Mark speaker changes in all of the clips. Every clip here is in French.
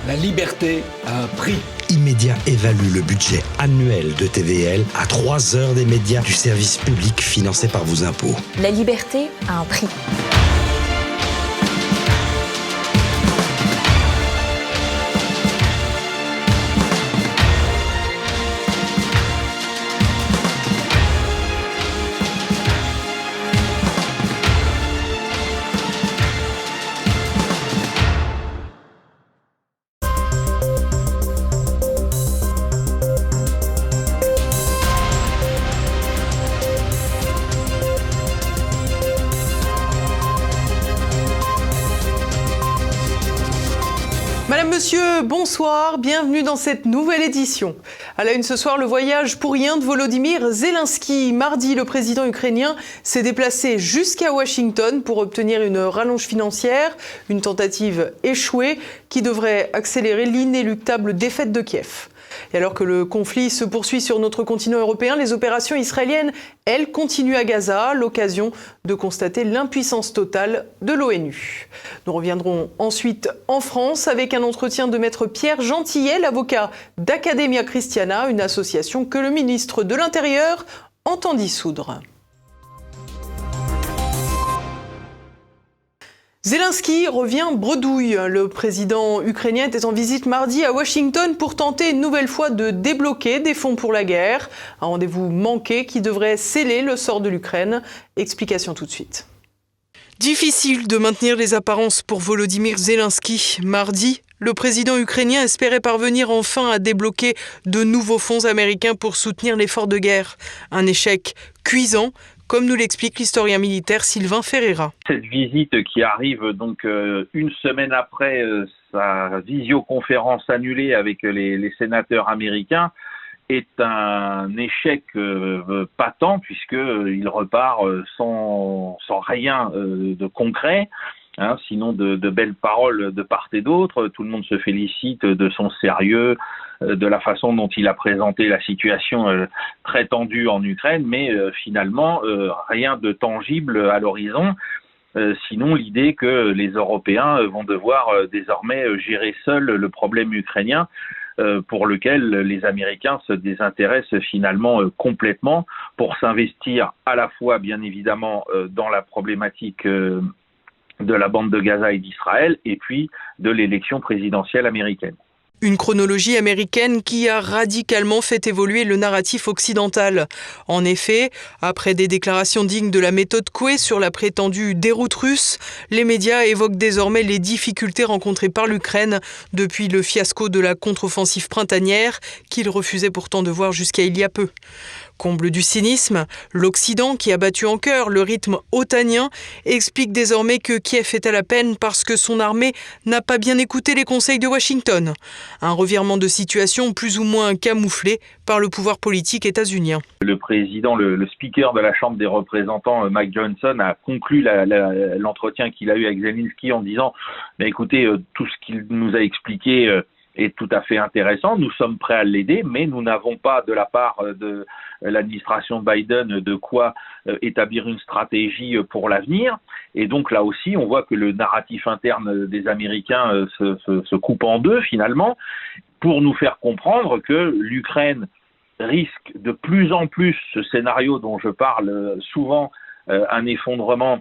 Speaker 1: La liberté a un prix.
Speaker 2: Immédiat évalue le budget annuel de TVL à 3 heures des médias du service public financé par vos impôts.
Speaker 3: La liberté a un prix.
Speaker 4: Madame, Monsieur, bonsoir, bienvenue dans cette nouvelle édition. À la une ce soir, le voyage pour rien de Volodymyr Zelensky. Mardi, le président ukrainien s'est déplacé jusqu'à Washington pour obtenir une rallonge financière, une tentative échouée qui devrait accélérer l'inéluctable défaite de Kiev. Et alors que le conflit se poursuit sur notre continent européen, les opérations israéliennes, elles, continuent à Gaza, l'occasion de constater l'impuissance totale de l'ONU. Nous reviendrons ensuite en France avec un entretien de maître Pierre Gentillet, l'avocat d'Academia Christiana, une association que le ministre de l'Intérieur entend dissoudre. Zelensky revient bredouille. Le président ukrainien était en visite mardi à Washington pour tenter une nouvelle fois de débloquer des fonds pour la guerre. Un rendez-vous manqué qui devrait sceller le sort de l'Ukraine. Explication tout de suite. Difficile de maintenir les apparences pour Volodymyr Zelensky. Mardi, le président ukrainien espérait parvenir enfin à débloquer de nouveaux fonds américains pour soutenir l'effort de guerre. Un échec cuisant, comme nous l'explique l'historien militaire Sylvain Ferreira.
Speaker 5: Cette visite qui arrive donc une semaine après sa visioconférence annulée avec les sénateurs américains est un échec patent puisqu'il repart sans rien de concret. Sinon de belles paroles de part et d'autre. Tout le monde se félicite de son sérieux, de la façon dont il a présenté la situation très tendue en Ukraine, mais finalement rien de tangible à l'horizon. Sinon l'idée que les Européens vont devoir désormais gérer seuls le problème ukrainien, pour lequel les Américains se désintéressent finalement complètement pour s'investir à la fois bien évidemment dans la problématique de la bande de Gaza et d'Israël, et puis de l'élection présidentielle américaine.
Speaker 4: Une chronologie américaine qui a radicalement fait évoluer le narratif occidental. En effet, après des déclarations dignes de la méthode Coué sur la prétendue déroute russe, les médias évoquent désormais les difficultés rencontrées par l'Ukraine depuis le fiasco de la contre-offensive printanière qu'ils refusaient pourtant de voir jusqu'à il y a peu. Comble du cynisme, l'Occident, qui a battu en cœur le rythme otanien, explique désormais que Kiev est à la peine parce que son armée n'a pas bien écouté les conseils de Washington. Un revirement de situation plus ou moins camouflé par le pouvoir politique états-unien.
Speaker 5: Le président, le speaker de la Chambre des représentants, Mike Johnson, a conclu l'entretien qu'il a eu avec Zelensky en disant « Écoutez, tout ce qu'il nous a expliqué est tout à fait intéressant, nous sommes prêts à l'aider, mais nous n'avons pas de la part de l'administration Biden de quoi établir une stratégie pour l'avenir. » Et donc là aussi, on voit que le narratif interne des Américains se coupe en deux finalement, pour nous faire comprendre que l'Ukraine risque de plus en plus, ce scénario dont je parle souvent, un effondrement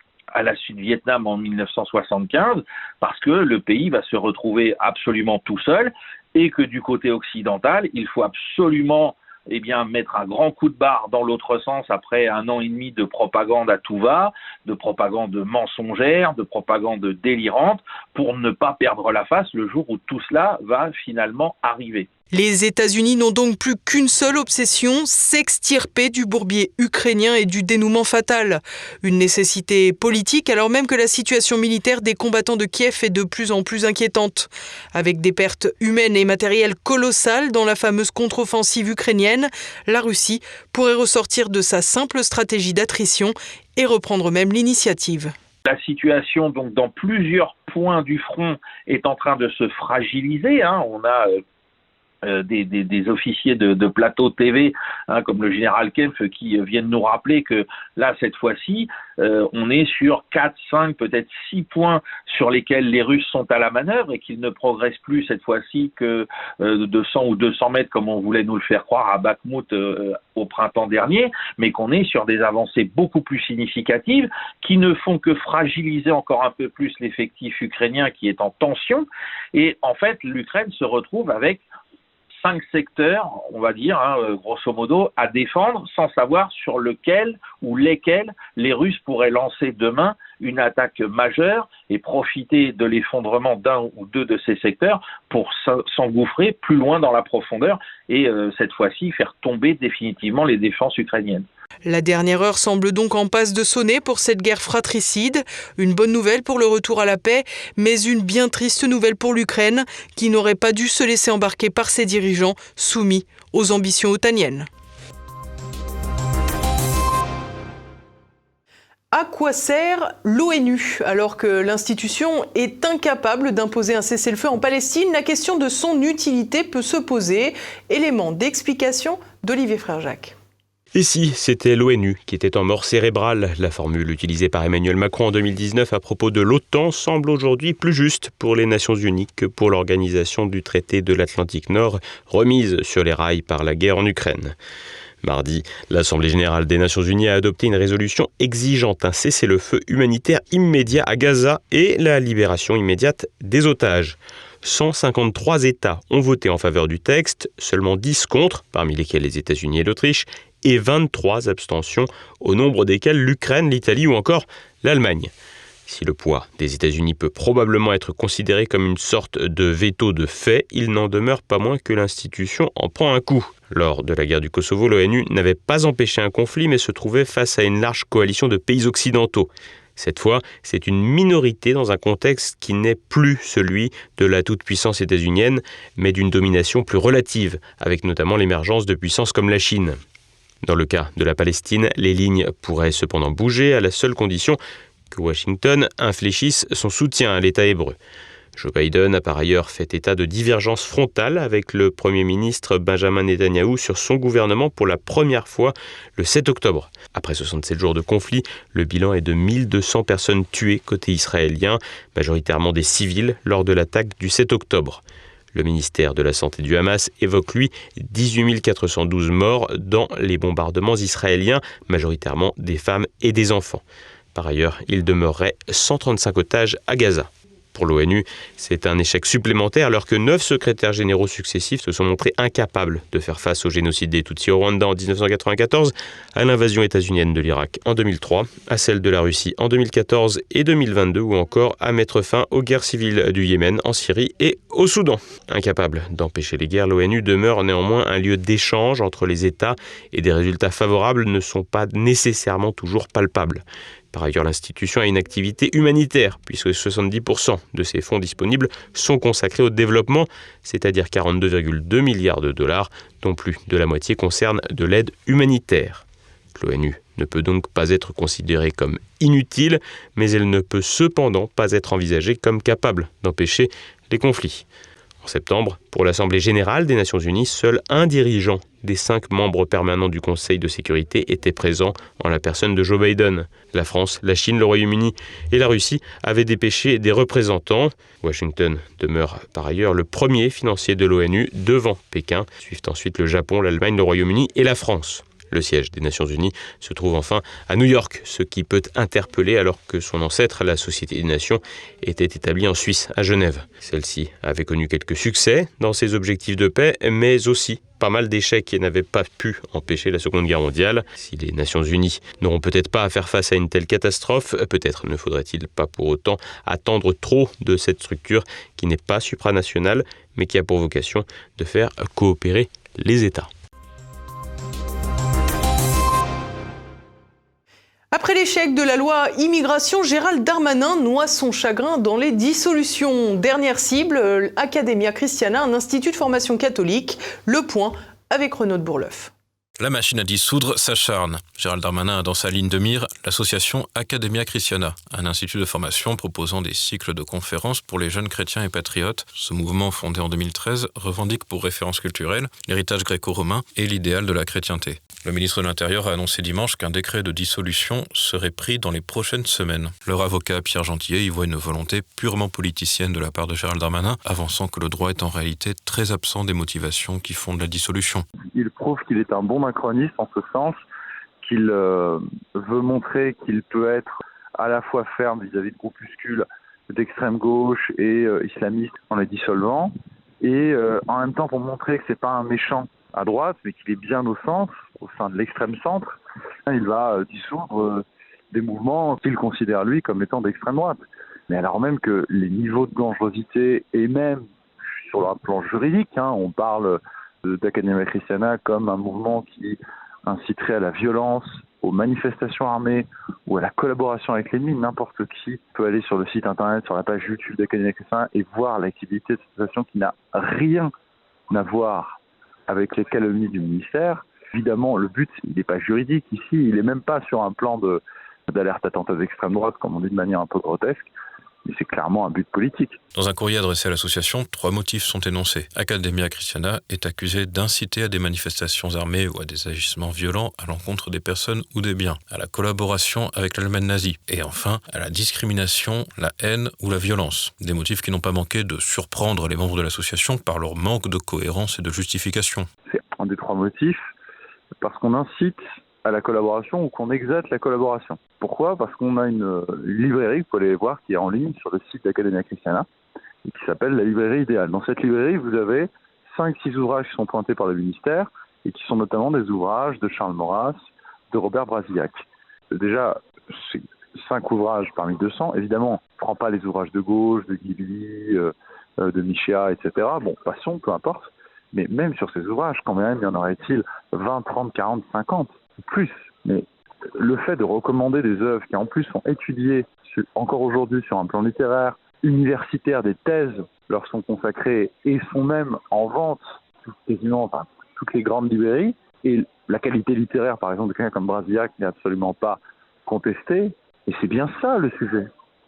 Speaker 5: à la suite du Vietnam en 1975, parce que le pays va se retrouver absolument tout seul et que du côté occidental, il faut absolument mettre un grand coup de barre dans l'autre sens après 1 an et demi de propagande à tout va, de propagande mensongère, de propagande délirante, pour ne pas perdre la face le jour où tout cela va finalement arriver.
Speaker 4: Les États-Unis n'ont donc plus qu'une seule obsession, s'extirper du bourbier ukrainien et du dénouement fatal. Une nécessité politique alors même que la situation militaire des combattants de Kiev est de plus en plus inquiétante. Avec des pertes humaines et matérielles colossales dans la fameuse contre-offensive ukrainienne, la Russie pourrait ressortir de sa simple stratégie d'attrition et reprendre même l'initiative.
Speaker 5: La situation donc dans plusieurs points du front est en train de se fragiliser. On a des officiers de plateau TV, comme le général Kempf, qui viennent nous rappeler que là, cette fois-ci, on est sur 4, 5, peut-être 6 points sur lesquels les Russes sont à la manœuvre et qu'ils ne progressent plus cette fois-ci que de 100 ou 200 mètres comme on voulait nous le faire croire à Bakhmout au printemps dernier, mais qu'on est sur des avancées beaucoup plus significatives qui ne font que fragiliser encore un peu plus l'effectif ukrainien qui est en tension. Et en fait, l'Ukraine se retrouve avec 5 secteurs, on va dire, grosso modo, à défendre sans savoir sur lequel ou lesquels les Russes pourraient lancer demain une attaque majeure et profiter de l'effondrement d'un ou deux de ces secteurs pour s'engouffrer plus loin dans la profondeur et cette fois-ci faire tomber définitivement les défenses ukrainiennes.
Speaker 4: La dernière heure semble donc en passe de sonner pour cette guerre fratricide. Une bonne nouvelle pour le retour à la paix, mais une bien triste nouvelle pour l'Ukraine, qui n'aurait pas dû se laisser embarquer par ses dirigeants soumis aux ambitions otaniennes. À quoi sert l'ONU ? Alors que l'institution est incapable d'imposer un cessez-le-feu en Palestine, la question de son utilité peut se poser. Élément d'explication d'Olivier Frère-Jacques.
Speaker 6: Et si c'était l'ONU qui était en mort cérébrale ? La formule utilisée par Emmanuel Macron en 2019 à propos de l'OTAN semble aujourd'hui plus juste pour les Nations Unies que pour l'organisation du traité de l'Atlantique Nord, remise sur les rails par la guerre en Ukraine. Mardi, l'Assemblée générale des Nations Unies a adopté une résolution exigeant un cessez-le-feu humanitaire immédiat à Gaza et la libération immédiate des otages. 153 États ont voté en faveur du texte, seulement 10 contre, parmi lesquels les États-Unis et l'Autriche, et 23 abstentions, au nombre desquelles l'Ukraine, l'Italie ou encore l'Allemagne. Si le poids des États-Unis peut probablement être considéré comme une sorte de veto de fait, il n'en demeure pas moins que l'institution en prend un coup. Lors de la guerre du Kosovo, l'ONU n'avait pas empêché un conflit, mais se trouvait face à une large coalition de pays occidentaux. Cette fois, c'est une minorité dans un contexte qui n'est plus celui de la toute-puissance états-unienne, mais d'une domination plus relative, avec notamment l'émergence de puissances comme la Chine. Dans le cas de la Palestine, les lignes pourraient cependant bouger à la seule condition que Washington infléchisse son soutien à l'État hébreu. Joe Biden a par ailleurs fait état de divergences frontales avec le Premier ministre Benjamin Netanyahou sur son gouvernement pour la première fois le 7 octobre. Après 67 jours de conflit, le bilan est de 1200 personnes tuées côté israélien, majoritairement des civils, lors de l'attaque du 7 octobre. Le ministère de la Santé du Hamas évoque, lui, 18 412 morts dans les bombardements israéliens, majoritairement des femmes et des enfants. Par ailleurs, il demeurerait 135 otages à Gaza. Pour l'ONU, c'est un échec supplémentaire alors que 9 secrétaires généraux successifs se sont montrés incapables de faire face au génocide des Tutsis au Rwanda en 1994, à l'invasion états-unienne de l'Irak en 2003, à celle de la Russie en 2014 et 2022 ou encore à mettre fin aux guerres civiles du Yémen, en Syrie et au Soudan. Incapable d'empêcher les guerres, l'ONU demeure néanmoins un lieu d'échange entre les États et des résultats favorables ne sont pas nécessairement toujours palpables. Par ailleurs, l'institution a une activité humanitaire, puisque 70% de ses fonds disponibles sont consacrés au développement, c'est-à-dire 42,2 milliards de dollars, dont plus de la moitié concerne de l'aide humanitaire. L'ONU ne peut donc pas être considérée comme inutile, mais elle ne peut cependant pas être envisagée comme capable d'empêcher les conflits. En septembre, pour l'Assemblée générale des Nations Unies, seul un dirigeant des 5 membres permanents du Conseil de sécurité était présent en la personne de Joe Biden. La France, la Chine, le Royaume-Uni et la Russie avaient dépêché des représentants. Washington demeure par ailleurs le premier financier de l'ONU devant Pékin. Suivent ensuite le Japon, l'Allemagne, le Royaume-Uni et la France. Le siège des Nations Unies se trouve enfin à New York, ce qui peut interpeller alors que son ancêtre, la Société des Nations, était établie en Suisse, à Genève. Celle-ci avait connu quelques succès dans ses objectifs de paix, mais aussi pas mal d'échecs qui n'avaient pas pu empêcher la Seconde Guerre mondiale. Si les Nations Unies n'auront peut-être pas à faire face à une telle catastrophe, peut-être ne faudrait-il pas pour autant attendre trop de cette structure qui n'est pas supranationale, mais qui a pour vocation de faire coopérer les États.
Speaker 4: Après l'échec de la loi immigration, Gérald Darmanin noie son chagrin dans les dissolutions. Dernière cible, Academia Christiana, un institut de formation catholique. Le point avec Renaud de Bourleuf.
Speaker 7: La machine à dissoudre s'acharne. Gérald Darmanin a dans sa ligne de mire l'association Academia Christiana, un institut de formation proposant des cycles de conférences pour les jeunes chrétiens et patriotes. Ce mouvement, fondé en 2013, revendique pour référence culturelle l'héritage gréco-romain et l'idéal de la chrétienté. Le ministre de l'Intérieur a annoncé dimanche qu'un décret de dissolution serait pris dans les prochaines semaines. Leur avocat Pierre Gentillet y voit une volonté purement politicienne de la part de Gérald Darmanin, avançant que le droit est en réalité très absent des motivations qui fondent la dissolution.
Speaker 8: Il prouve qu'il est un bon macroniste en ce sens qu'il veut montrer qu'il peut être à la fois ferme vis-à-vis de groupuscules d'extrême gauche et islamistes en les dissolvant, et en même temps pour montrer que c'est pas un méchant à droite, mais qu'il est bien au centre, au sein de l'extrême centre. Il va dissoudre des mouvements qu'il considère lui comme étant d'extrême droite. Mais alors même que les niveaux de dangerosité, et même sur le plan juridique, on parle d'Academia Christiana comme un mouvement qui inciterait à la violence, aux manifestations armées ou à la collaboration avec l'ennemi. N'importe qui peut aller sur le site internet, sur la page YouTube d'Academia Christiana et voir l'activité de cette association qui n'a rien à voir avec les calomnies du ministère. Évidemment, le but, il n'est pas juridique ici, il n'est même pas sur un plan d'alerte attentat d'extrême droite, comme on dit de manière un peu grotesque, mais c'est clairement un but politique.
Speaker 7: Dans un courrier adressé à l'association, 3 motifs sont énoncés. Academia Christiana est accusée d'inciter à des manifestations armées ou à des agissements violents à l'encontre des personnes ou des biens, à la collaboration avec l'Allemagne nazie, et enfin à la discrimination, la haine ou la violence. Des motifs qui n'ont pas manqué de surprendre les membres de l'association par leur manque de cohérence et de justification.
Speaker 8: C'est un des 3 motifs, parce qu'on incite à la collaboration ou qu'on exalte la collaboration. Pourquoi ? Parce qu'on a une librairie, vous pouvez aller voir, qui est en ligne sur le site d'Academia Christiana et qui s'appelle la librairie idéale. Dans cette librairie, vous avez 5-6 ouvrages qui sont pointés par le ministère et qui sont notamment des ouvrages de Charles Maurras, de Robert Brasillac. Déjà, c'est 5 ouvrages parmi 200. Évidemment, on ne prend pas les ouvrages de gauche, de Ghibli, de Michéa, etc. Bon, passons, peu importe. Mais même sur ces ouvrages, quand même, y en aurait-il 20, 30, 40, 50 plus. Mais le fait de recommander des œuvres qui en plus sont étudiées encore aujourd'hui sur un plan littéraire, universitaire, des thèses leur sont consacrées et sont même en vente quasiment toutes les grandes librairies, et la qualité littéraire par exemple de quelqu'un comme Brasillac n'est absolument pas contestée, et c'est bien ça le sujet.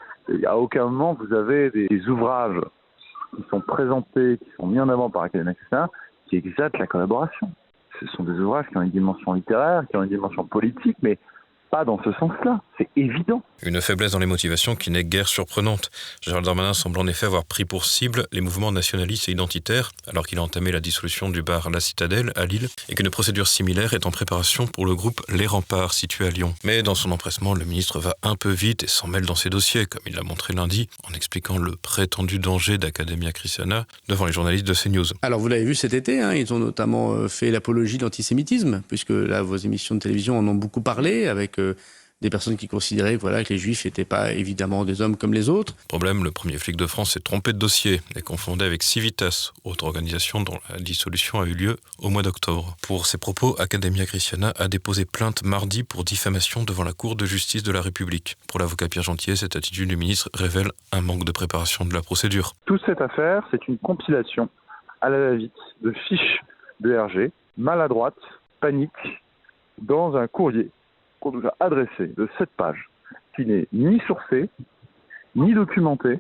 Speaker 8: À aucun moment vous avez des ouvrages qui sont présentés, qui sont mis en avant par Academia Christiana, qui exaltent la collaboration. Ce sont des ouvrages qui ont une dimension littéraire, qui ont une dimension politique, mais pas dans ce sens-là, c'est évident.
Speaker 7: Une faiblesse dans les motivations qui n'est guère surprenante. Gérald Darmanin semble en effet avoir pris pour cible les mouvements nationalistes et identitaires, alors qu'il a entamé la dissolution du bar La Citadelle à Lille, et qu'une procédure similaire est en préparation pour le groupe Les Remparts, situé à Lyon. Mais dans son empressement, le ministre va un peu vite et s'en mêle dans ses dossiers, comme il l'a montré lundi, en expliquant le prétendu danger d'Academia Christiana devant les journalistes de CNews.
Speaker 9: Alors vous l'avez vu cet été, ils ont notamment fait l'apologie d'antisémitisme, puisque là vos émissions de télévision en ont beaucoup parlé, avec des personnes qui considéraient que les Juifs n'étaient pas évidemment des hommes comme les autres.
Speaker 7: Problème, le premier flic de France s'est trompé de dossier et confondé avec Civitas, autre organisation dont la dissolution a eu lieu au mois d'octobre. Pour ces propos, Academia Christiana a déposé plainte mardi pour diffamation devant la Cour de justice de la République. Pour l'avocat Pierre Gentillet, cette attitude du ministre révèle un manque de préparation de la procédure.
Speaker 8: Toute cette affaire, c'est une compilation à la va-vite de fiches de RG, maladroites, paniques, dans un courrier qu'on nous a adressé de 7 pages, qui n'est ni sourcé, ni documenté,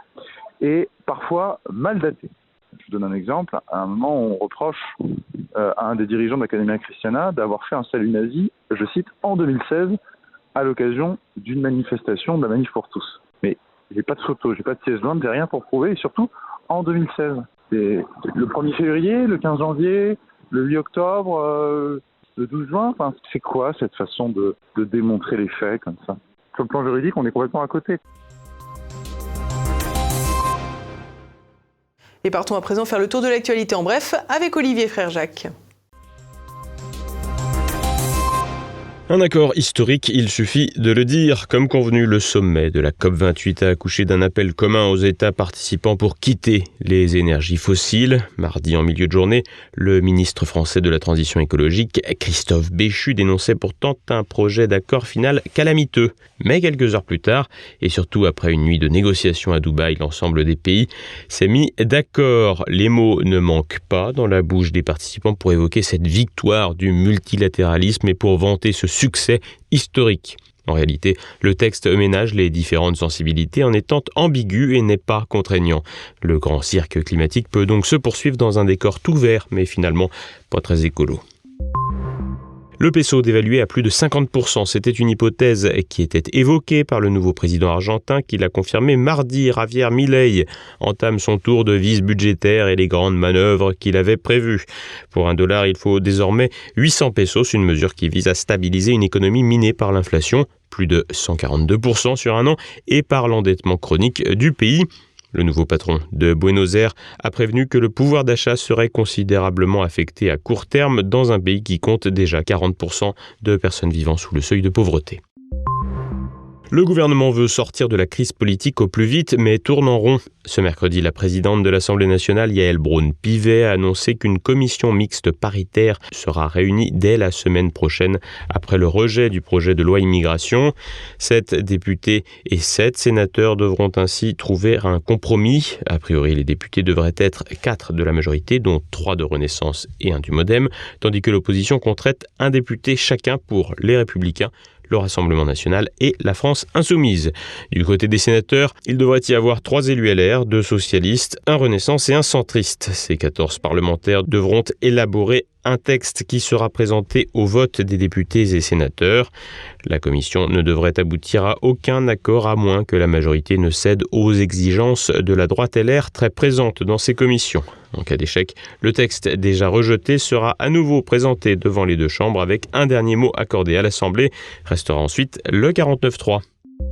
Speaker 8: et parfois mal daté. Je vous donne un exemple. À un moment, on reproche à un des dirigeants d'Academia Christiana d'avoir fait un salut nazi, je cite, en 2016, à l'occasion d'une manifestation de la Manif pour tous. Mais j'ai pas de photo, j'ai pas de pièce jointe, j'ai rien pour prouver, et surtout en 2016. C'est le 1er février, le 15 janvier, le 8 octobre... le 12 juin, c'est quoi cette façon de démontrer les faits comme ça ? Sur le plan juridique, on est complètement à côté.
Speaker 4: Et partons à présent faire le tour de l'actualité en bref avec Olivier Frère-Jacques.
Speaker 6: Un accord historique, il suffit de le dire. Comme convenu, le sommet de la COP28 a accouché d'un appel commun aux États participants pour quitter les énergies fossiles. Mardi, en milieu de journée, le ministre français de la Transition écologique, Christophe Béchu, dénonçait pourtant un projet d'accord final calamiteux. Mais quelques heures plus tard, et surtout après une nuit de négociations à Dubaï, l'ensemble des pays s'est mis d'accord. Les mots ne manquent pas dans la bouche des participants pour évoquer cette victoire du multilatéralisme et pour vanter ce succès historique. En réalité, le texte ménage les différentes sensibilités en étant ambigu et n'est pas contraignant. Le grand cirque climatique peut donc se poursuivre dans un décor tout vert, mais finalement pas très écolo. Le peso dévalué à plus de 50%, c'était une hypothèse qui était évoquée par le nouveau président argentin qui l'a confirmé mardi. Javier Milei entame son tour de vise budgétaire et les grandes manœuvres qu'il avait prévues. Pour $1, il faut désormais 800 pesos, une mesure qui vise à stabiliser une économie minée par l'inflation, plus de 142% sur un an, et par l'endettement chronique du pays. Le nouveau patron de Buenos Aires a prévenu que le pouvoir d'achat serait considérablement affecté à court terme dans un pays qui compte déjà 40% de personnes vivant sous le seuil de pauvreté. Le gouvernement veut sortir de la crise politique au plus vite, mais tourne en rond. Ce mercredi, la présidente de l'Assemblée nationale, Yaël Braun-Pivet, a annoncé qu'une commission mixte paritaire sera réunie dès la semaine prochaine, après le rejet du projet de loi immigration. 7 députés et 7 sénateurs devront ainsi trouver un compromis. A priori, les députés devraient être 4 de la majorité, dont 3 de Renaissance et 1 du Modem, tandis que l'opposition compterait un député chacun pour les Républicains, le Rassemblement national et la France insoumise. Du côté des sénateurs, il devrait y avoir 3 élus LR, 2 socialistes, un Renaissance et un centriste. Ces 14 parlementaires devront élaborer un texte qui sera présenté au vote des députés et sénateurs. La commission ne devrait aboutir à aucun accord à moins que la majorité ne cède aux exigences de la droite LR très présente dans ces commissions. En cas d'échec, le texte déjà rejeté sera à nouveau présenté devant les deux chambres avec un dernier mot accordé à l'Assemblée. Restera ensuite le 49.3.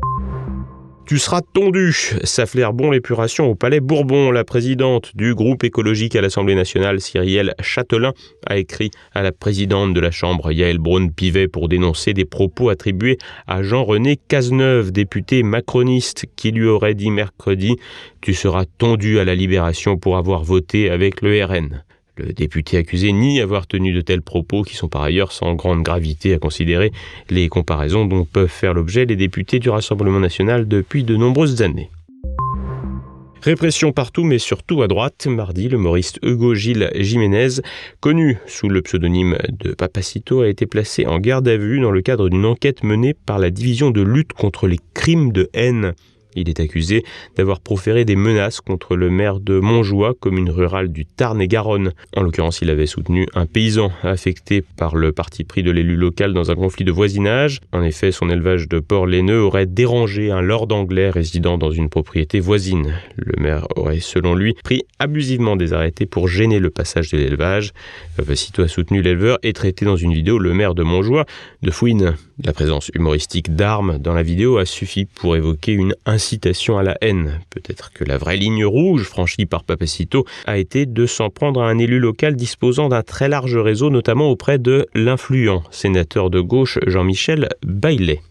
Speaker 6: Tu seras tondu, ça flaire bon l'épuration au Palais Bourbon. La présidente du groupe écologique à l'Assemblée nationale, Cyrielle Châtelain, a écrit à la présidente de la Chambre, Yaël Braun-Pivet, pour dénoncer des propos attribués à Jean-René Cazeneuve, député macroniste, qui lui aurait dit mercredi « Tu seras tondu à la Libération pour avoir voté avec le RN ». Le député accusé nie avoir tenu de tels propos qui sont par ailleurs sans grande gravité à considérer les comparaisons dont peuvent faire l'objet les députés du Rassemblement national depuis de nombreuses années. Répression partout, mais surtout à droite. Mardi, l'humoriste Hugo Gilles Jiménez, connu sous le pseudonyme de Papacito, a été placé en garde à vue dans le cadre d'une enquête menée par la division de lutte contre les crimes de haine. Il est accusé d'avoir proféré des menaces contre le maire de Montjoie, commune rurale du Tarn-et-Garonne. En l'occurrence, il avait soutenu un paysan affecté par le parti pris de l'élu local dans un conflit de voisinage. En effet, son élevage de porcs laineux aurait dérangé un lord anglais résidant dans une propriété voisine. Le maire aurait, selon lui, pris abusivement des arrêtés pour gêner le passage de l'élevage. Papacito a soutenu l'éleveur et traité dans une vidéo le maire de Montjoie de fouine. La présence humoristique d'armes dans la vidéo a suffi pour évoquer une incitation à la haine. Peut-être que la vraie ligne rouge franchie par Papacito a été de s'en prendre à un élu local disposant d'un très large réseau, notamment auprès de l'influent sénateur de gauche Jean-Michel Baillet.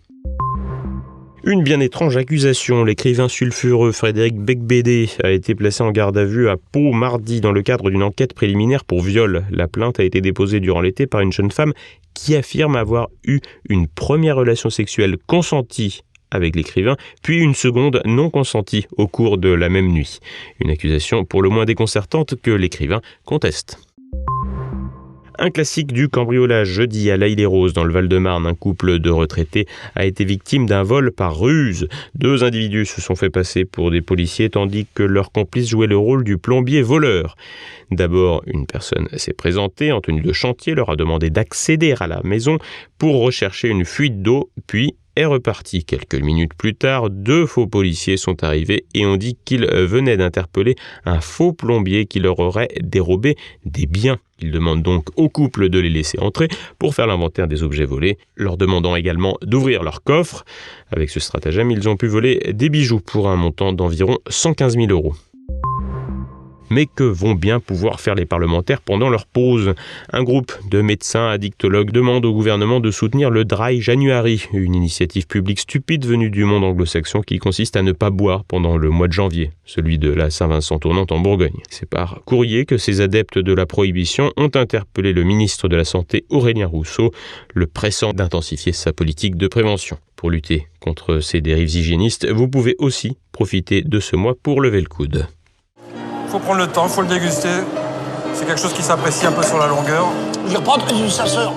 Speaker 6: Une bien étrange accusation. L'écrivain sulfureux Frédéric Becbédé a été placé en garde à vue à Pau mardi dans le cadre d'une enquête préliminaire pour viol. La plainte a été déposée durant l'été par une jeune femme qui affirme avoir eu une première relation sexuelle consentie avec l'écrivain, puis une seconde non consentie au cours de la même nuit. Une accusation pour le moins déconcertante que l'écrivain conteste. Un classique du cambriolage jeudi à l'Haye-les-Roses dans le Val-de-Marne. Un couple de retraités a été victime d'un vol par ruse. 2 individus se sont fait passer pour des policiers tandis que leur complice jouait le rôle du plombier voleur. D'abord, une personne s'est présentée en tenue de chantier, leur a demandé d'accéder à la maison pour rechercher une fuite d'eau, puis est reparti. Quelques minutes plus tard, 2 faux policiers sont arrivés et ont dit qu'ils venaient d'interpeller un faux plombier qui leur aurait dérobé des biens. Ils demandent donc au couple de les laisser entrer pour faire l'inventaire des objets volés, leur demandant également d'ouvrir leur coffre. Avec ce stratagème, ils ont pu voler des bijoux pour un montant d'environ 115 000 €. Mais que vont bien pouvoir faire les parlementaires pendant leur pause? Un groupe de médecins addictologues demande au gouvernement de soutenir le Dry January, une initiative publique stupide venue du monde anglo-saxon qui consiste à ne pas boire pendant le mois de janvier, celui de la Saint-Vincent tournante en Bourgogne. C'est par courrier que ces adeptes de la prohibition ont interpellé le ministre de la Santé Aurélien Rousseau, le pressant d'intensifier sa politique de prévention. Pour lutter contre ces dérives hygiénistes, vous pouvez aussi profiter de ce mois pour lever le coude.
Speaker 10: Il faut prendre le temps, il faut le déguster. C'est quelque chose qui s'apprécie un peu sur la longueur.
Speaker 11: Je vais prendre une chasseur.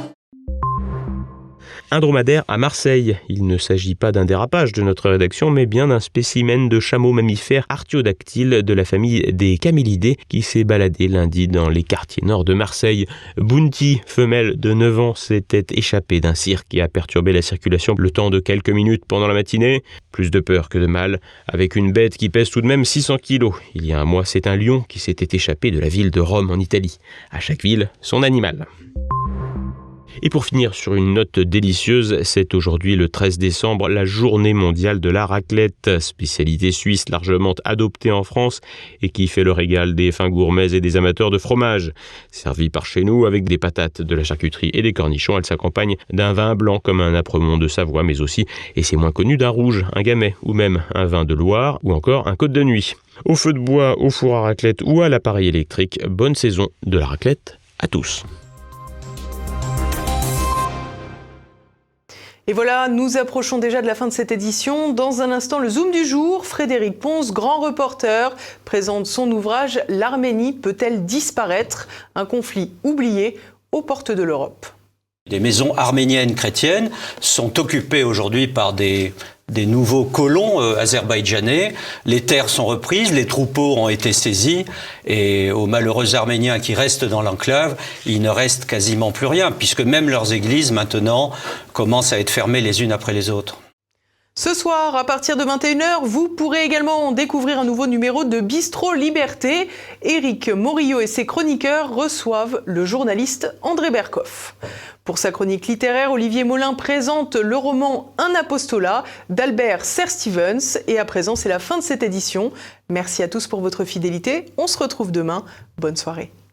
Speaker 6: Un dromadaire à Marseille. Il ne s'agit pas d'un dérapage de notre rédaction, mais bien d'un spécimen de chameau mammifère artiodactyle de la famille des camélidés qui s'est baladé lundi dans les quartiers nord de Marseille. Bounty, femelle de 9 ans, s'était échappée d'un cirque et a perturbé la circulation le temps de quelques minutes pendant la matinée. Plus de peur que de mal, avec une bête qui pèse tout de même 600 kilos. Il y a un mois, c'est un lion qui s'était échappé de la ville de Rome en Italie. À chaque ville, son animal. Et pour finir sur une note délicieuse, c'est aujourd'hui le 13 décembre, la journée mondiale de la raclette, spécialité suisse largement adoptée en France et qui fait le régal des fins gourmets et des amateurs de fromage. Servie par chez nous avec des patates, de la charcuterie et des cornichons, elle s'accompagne d'un vin blanc comme un Apremont de Savoie, mais aussi, et c'est moins connu, d'un rouge, un gamay ou même un vin de Loire ou encore un côte de nuit. Au feu de bois, au four à raclette ou à l'appareil électrique, bonne saison de la raclette à tous.
Speaker 4: Et voilà, nous approchons déjà de la fin de cette édition. Dans un instant, le Zoom du jour, Frédéric Ponce, grand reporter, présente son ouvrage « L'Arménie peut-elle disparaître ? Un conflit oublié aux portes de l'Europe ».
Speaker 12: Les maisons arméniennes chrétiennes sont occupées aujourd'hui par des nouveaux colons azerbaïdjanais. Les terres sont reprises, les troupeaux ont été saisis et aux malheureux Arméniens qui restent dans l'enclave, il ne reste quasiment plus rien puisque même leurs églises maintenant commencent à être fermées les unes après les autres.
Speaker 4: Ce soir, à partir de 21h, vous pourrez également découvrir un nouveau numéro de Bistro Liberté. Éric Morillo et ses chroniqueurs reçoivent le journaliste André Berkoff. Pour sa chronique littéraire, Olivier Molin présente le roman Un apostolat d'Albert Serre Stevens. Et à présent, c'est la fin de cette édition. Merci à tous pour votre fidélité. On se retrouve demain. Bonne soirée.